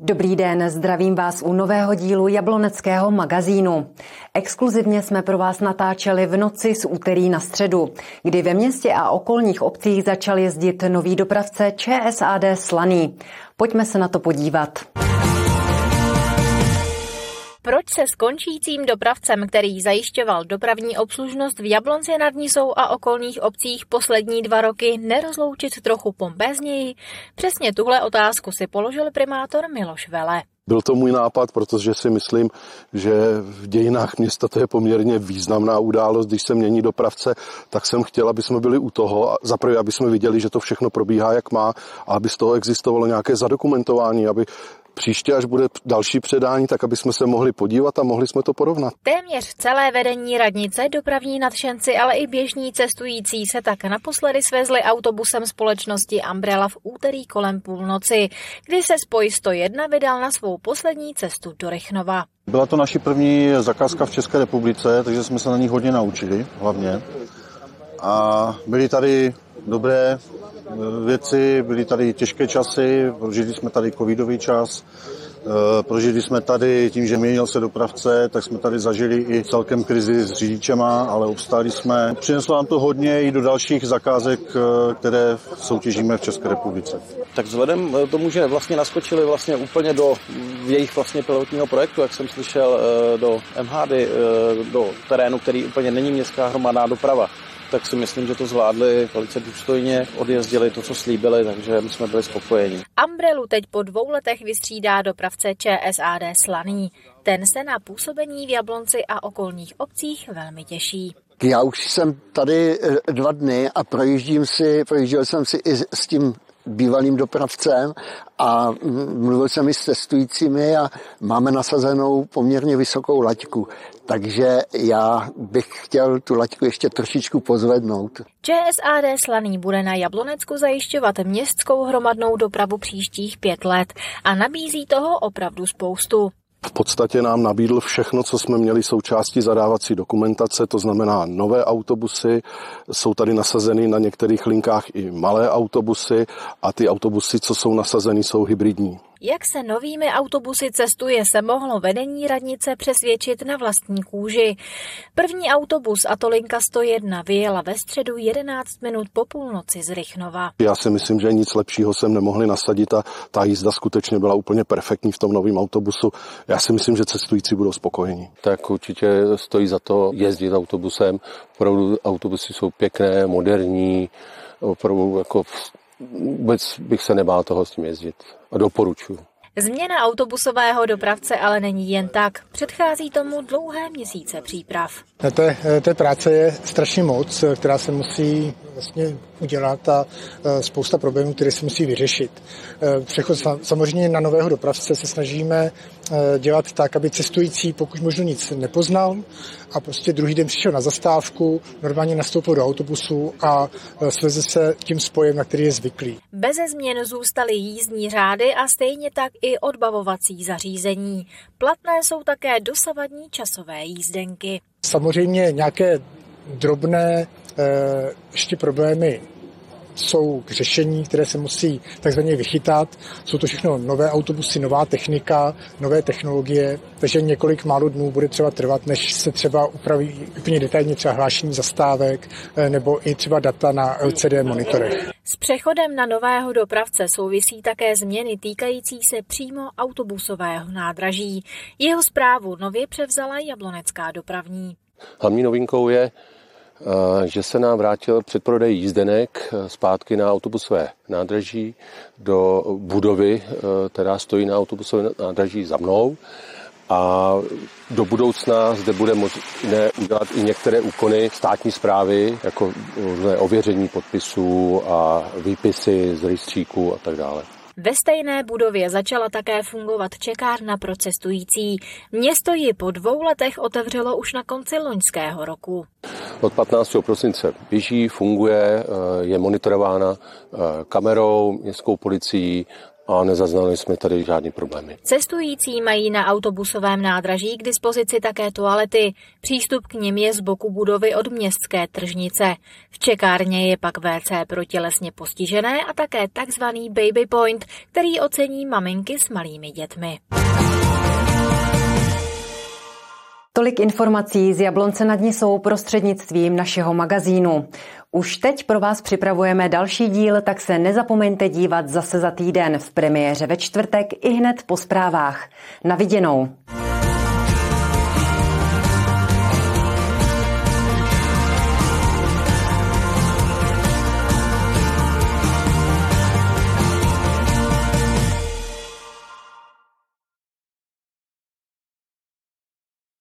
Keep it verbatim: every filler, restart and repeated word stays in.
Dobrý den, zdravím vás u nového dílu Jabloneckého magazínu. Exkluzivně jsme pro vás natáčeli v noci z úterý na středu, kdy ve městě a okolních obcích začal jezdit nový dopravce ČSAD Slaný. Pojďme se na to podívat. Proč se s končícím dopravcem, který zajišťoval dopravní obslužnost v Jablonci nad Nisou a okolních obcích poslední dva roky, nerozloučit trochu pompézněji? Přesně tuhle otázku si položil primátor Miloš Vele. Byl to můj nápad, protože si myslím, že v dějinách města to je poměrně významná událost. Když se mění dopravce, tak jsem chtěl, aby jsme byli u toho. Zaprvé, aby jsme viděli, že to všechno probíhá, jak má, a aby z toho existovalo nějaké zadokumentování, aby příště, až bude další předání, tak aby jsme se mohli podívat a mohli jsme to porovnat. Téměř celé vedení radnice, dopravní nadšenci, ale i běžní cestující se tak naposledy svezli autobusem společnosti Umbrella v úterý kolem půlnoci, kdy se spoj sto jedna vydal na svou poslední cestu do Rychnova. Byla to naši první zakázka v České republice, takže jsme se na ní hodně naučili hlavně. A byly tady dobré věci, byly tady těžké časy, prožili jsme tady covidový čas, prožili jsme tady tím, že měnil se dopravce, tak jsme tady zažili i celkem krizi s řidičema, ale obstáli jsme. Přineslo nám to hodně i do dalších zakázek, které soutěžíme v České republice. Tak vzhledem k tomu, že vlastně naskočili vlastně úplně do jejich vlastně pilotního projektu, jak jsem slyšel, do M H D, do terénu, který úplně není městská hromadná doprava, tak si myslím, že to zvládli velice důstojně, odjezdili to, co slíbili, takže my jsme byli spokojeni. Umbrellu teď po dvou letech vystřídá dopravce ČSAD Slaný. Ten se na působení v Jablonci a okolních obcích velmi těší. Já už jsem tady dva dny a projíždím si, projížděl jsem si i s tím bývalým dopravcem a mluvil jsem i s cestujícími a máme nasazenou poměrně vysokou laťku. Takže já bych chtěl tu laťku ještě trošičku pozvednout. ČSAD Slaný bude na Jablonecku zajišťovat městskou hromadnou dopravu příštích pět let a nabízí toho opravdu spoustu. V podstatě nám nabídl všechno, co jsme měli součástí zadávací dokumentace, to znamená nové autobusy, jsou tady nasazeny na některých linkách i malé autobusy a ty autobusy, co jsou nasazeny, jsou hybridní. Jak se novými autobusy cestuje, se mohlo vedení radnice přesvědčit na vlastní kůži. První autobus, a to linka sto jedna, vyjela ve středu jedenáct minut po půlnoci z Rychnova. Já si myslím, že nic lepšího sem nemohli nasadit a ta jízda skutečně byla úplně perfektní v tom novém autobusu. Já si myslím, že cestující budou spokojení. Tak určitě stojí za to jezdit autobusem. Opravdu autobusy jsou pěkné, moderní, opravdu jako vůbec bych se nebál toho s tím jezdit a doporučuji. Změna autobusového dopravce ale není jen tak. Předchází tomu dlouhé měsíce příprav. Té, té práce je strašně moc, která se musí vlastně udělat a spousta problémů, které se musí vyřešit. Přechod samozřejmě na nového dopravce se snažíme dělat tak, aby cestující pokud možno nic nepoznal a prostě druhý den přišel na zastávku, normálně nastoupil do autobusu a sveze se tím spojem, na který je zvyklý. Beze změn zůstaly jízdní řády a stejně tak i odbavovací zařízení. Platné jsou také dosavadní časové jízdenky. Samozřejmě nějaké drobné e, ještě problémy jsou k řešení, které se musí takzvaně vychytat. Jsou to všechno nové autobusy, nová technika, nové technologie, takže několik málo dnů bude třeba trvat, než se třeba upraví úplně detailně třeba hlášení zastávek nebo i třeba data na L C D monitorech. S přechodem na nového dopravce souvisí také změny týkající se přímo autobusového nádraží. Jeho správu nově převzala Jablonecká dopravní. Hlavní novinkou je, že se nám vrátil předprodej jízdenek zpátky na autobusové nádraží do budovy, která stojí na autobusové nádraží za mnou. A do budoucna zde bude možné udělat i některé úkony státní správy, jako ověření podpisů a výpisy z rejstříků a tak dále. Ve stejné budově začala také fungovat čekárna pro cestující. Město ji po dvou letech otevřelo už na konci loňského roku. Od patnáctého prosince běží, funguje, je monitorována kamerou, městskou policií a nezaznali jsme tady žádný problémy. Cestující mají na autobusovém nádraží k dispozici také toalety. Přístup k nim je z boku budovy od městské tržnice. V čekárně je pak vé cé pro tělesně postižené a také takzvaný baby point, který ocení maminky s malými dětmi. Tolik informací z Jablonce nad Nisou prostřednictvím našeho magazínu. Už teď pro vás připravujeme další díl, tak se nezapomeňte dívat zase za týden v premiéře ve čtvrtek i hned po zprávách. Na viděnou.